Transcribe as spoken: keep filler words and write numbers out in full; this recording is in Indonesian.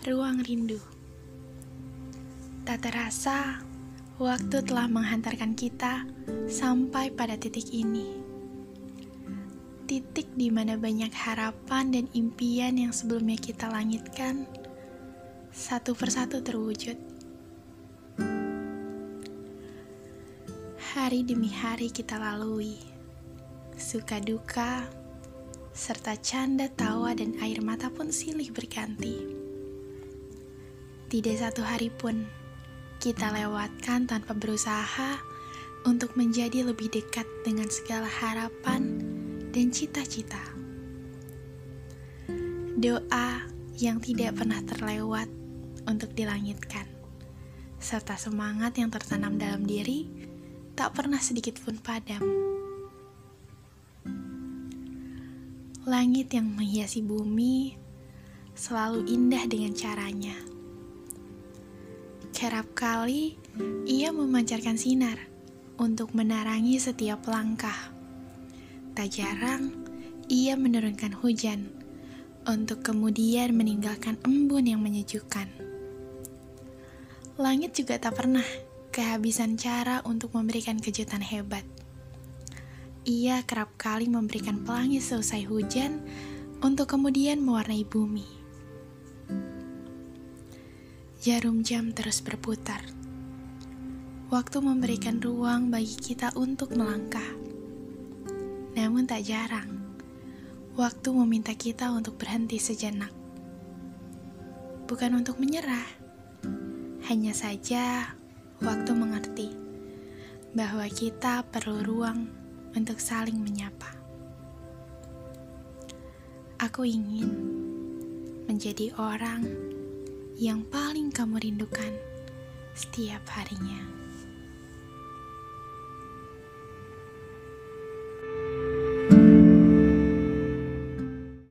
Ruang rindu. Tak terasa, waktu telah menghantarkan kita sampai pada titik ini. Titik di mana banyak harapan dan impian yang sebelumnya kita langitkan, satu persatu terwujud. Hari demi hari kita lalui, suka duka, serta canda tawa dan air mata pun silih berganti. Tidak satu hari pun kita lewatkan tanpa berusaha untuk menjadi lebih dekat dengan segala harapan dan cita-cita. Doa yang tidak pernah terlewat untuk dilangitkan, serta semangat yang tertanam dalam diri tak pernah sedikit pun padam. Langit yang menghiasi bumi selalu indah dengan caranya. Kerap kali ia memancarkan sinar untuk menerangi setiap langkah. Tak jarang ia menurunkan hujan untuk kemudian meninggalkan embun yang menyejukkan. Langit juga tak pernah kehabisan cara untuk memberikan kejutan hebat. Ia kerap kali memberikan pelangi seusai hujan untuk kemudian mewarnai bumi. Jarum jam terus berputar. Waktu memberikan ruang bagi kita untuk melangkah. Namun tak jarang, waktu meminta kita untuk berhenti sejenak. Bukan untuk menyerah, hanya saja waktu mengerti bahwa kita perlu ruang untuk saling menyapa. Aku ingin menjadi orang yang paling kamu rindukan setiap harinya.